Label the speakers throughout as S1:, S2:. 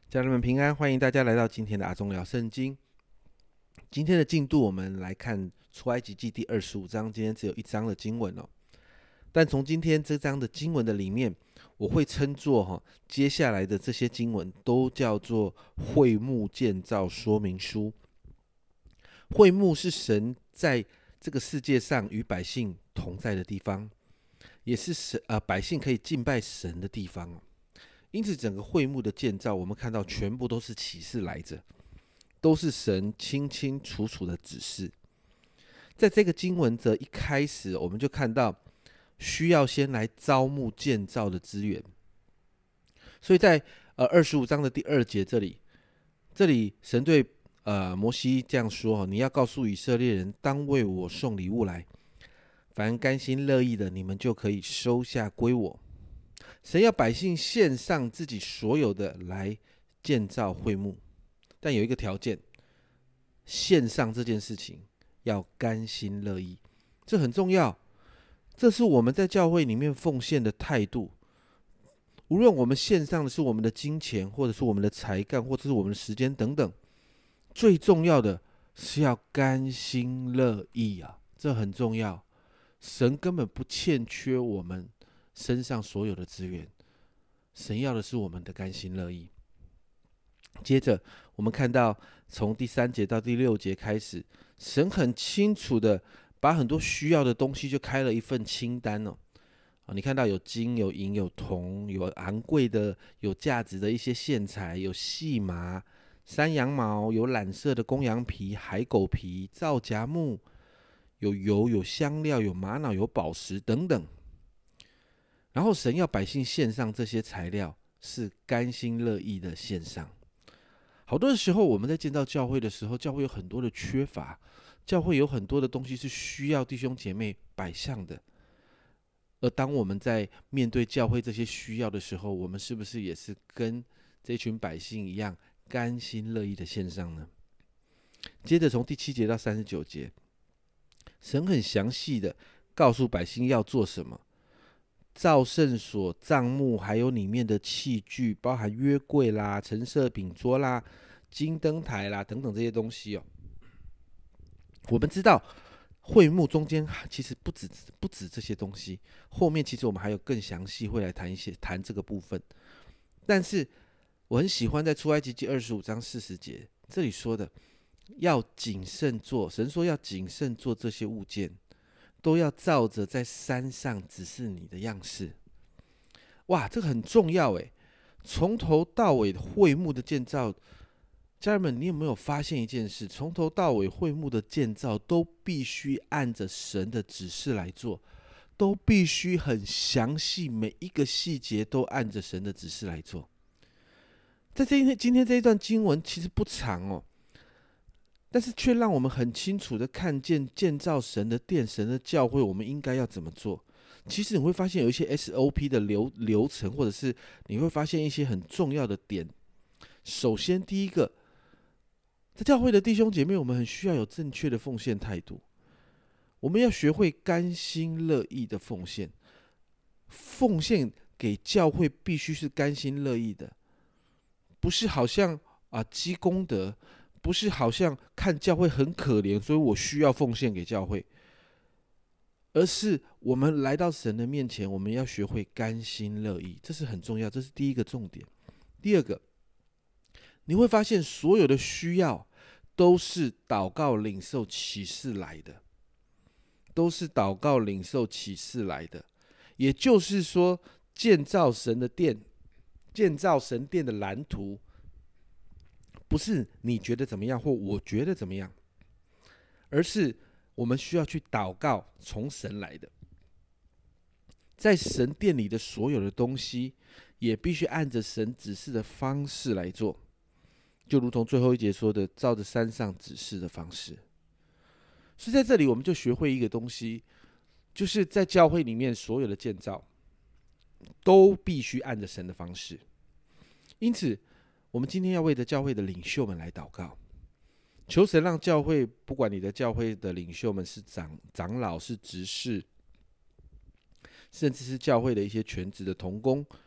S1: 家人们平安，欢迎大家来到今天的阿忠聊圣经。今天的进度，我们来看出埃及记第25章，今天只有一章的经文哦。但从今天这章的经文的里面，我会称作接下来的这些经文都叫做会幕建造说明书。会幕是神在这个世界上与百姓同在的地方，也是百姓可以敬拜神的地方哦。因此，整个会幕的建造，我们看到全部都是启示来着，都是神清清楚楚的指示。在这个经文则一开始，我们就看到需要先来招募建造的资源。所以在25章的第2节这里神对摩西这样说：你要告诉以色列人，当为我送礼物来，凡甘心乐意的，你们就可以收下归我。神要百姓献上自己所有的来建造会幕，但有一个条件，献上这件事情要甘心乐意，这很重要。这是我们在教会里面奉献的态度。无论我们献上的是我们的金钱，或者是我们的才干，或者是我们的时间等等，最重要的是要甘心乐意啊，这很重要。神根本不欠缺我们身上所有的资源，神要的是我们的甘心乐意。接着我们看到从第3节到第6节开始，神很清楚的把很多需要的东西就开了一份清单哦。你看到有金、有银、有铜，有昂贵的、有价值的一些线材，有细麻、山羊毛，有染色的公羊皮、海狗皮、皂荚木，有油、有香料、有玛瑙、有宝石等等。然后神要百姓献上这些材料，是甘心乐意的献上。好多的时候，我们在建造教会的时候，教会有很多的缺乏，教会有很多的东西是需要弟兄姐妹摆上的。而当我们在面对教会这些需要的时候，我们是不是也是跟这群百姓一样，甘心乐意的献上呢？接着从第7节到39节，神很详细的告诉百姓要做什么。造圣所、帐幕，还有里面的器具，包含约柜啦、陈设饼桌啦、金灯台啦等等这些东西哦。我们知道会幕中间其实不止这些东西，后面其实我们还有更详细会来谈这个部分。但是我很喜欢在出埃及记25章40节这里说的，要谨慎做，神说要谨慎做这些物件，都要照着在山上指示你的样式。哇，这个很重要诶，从头到尾会幕的建造，家人们，你有没有发现一件事？从头到尾会幕的建造都必须按着神的指示来做，都必须很详细，每一个细节都按着神的指示来做。在今天这一段经文其实不长哦，但是却让我们很清楚的看见建造神的殿、神的教会，我们应该要怎么做。其实你会发现有一些 SOP 的流程，或者是你会发现一些很重要的点。首先，第一个，在教会的弟兄姐妹，我们很需要有正确的奉献态度。我们要学会甘心乐意的奉献，奉献给教会必须是甘心乐意的，不是好像积功德，不是好像看教会很可怜，所以我需要奉献给教会，而是我们来到神的面前，我们要学会甘心乐意，这是很重要，这是第一个重点。第二个，你会发现所有的需要都是祷告领受启示来的，都是祷告领受启示来的。也就是说，建造神的殿，建造神殿的蓝图，不是你觉得怎么样或我觉得怎么样，而是我们需要去祷告从神来的。在神殿里的所有的东西，也必须按着神指示的方式来做，就如同最后一节说的，照着山上指示的方式。所以在这里我们就学会一个东西，就是在教会里面所有的建造都必须按着神的方式。因此我们今天要为着教会的领袖们来祷告，求神让教会，不管你的教会的领袖们是长老、是执事，甚至是教会的一些全职的同工，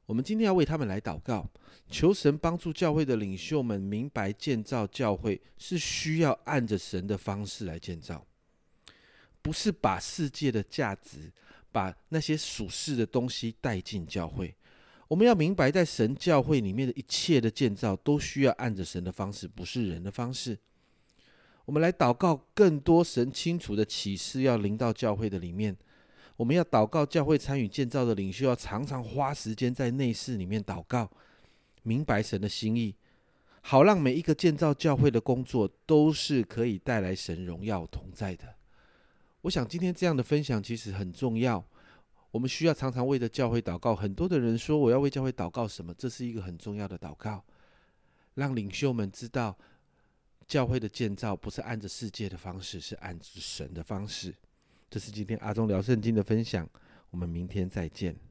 S1: 我们今天要为他们来祷告，求神帮助教会的领袖们明白，建造教会是需要按着神的方式来建造，不是把世界的价值，把那些属世的东西带进教会。我们要明白，在神教会里面的一切的建造都需要按着神的方式，不是人的方式。我们来祷告，更多神清楚的启示要临到教会的里面。我们要祷告，教会参与建造的领袖要常常花时间在内室里面祷告，明白神的心意，好让每一个建造教会的工作都是可以带来神荣耀同在的。我想今天这样的分享其实很重要，我们需要常常为着教会祷告。很多的人说我要为教会祷告什么，这是一个很重要的祷告，让领袖们知道教会的建造不是按着世界的方式，是按着神的方式。这是今天阿忠聊圣经的分享，我们明天再见。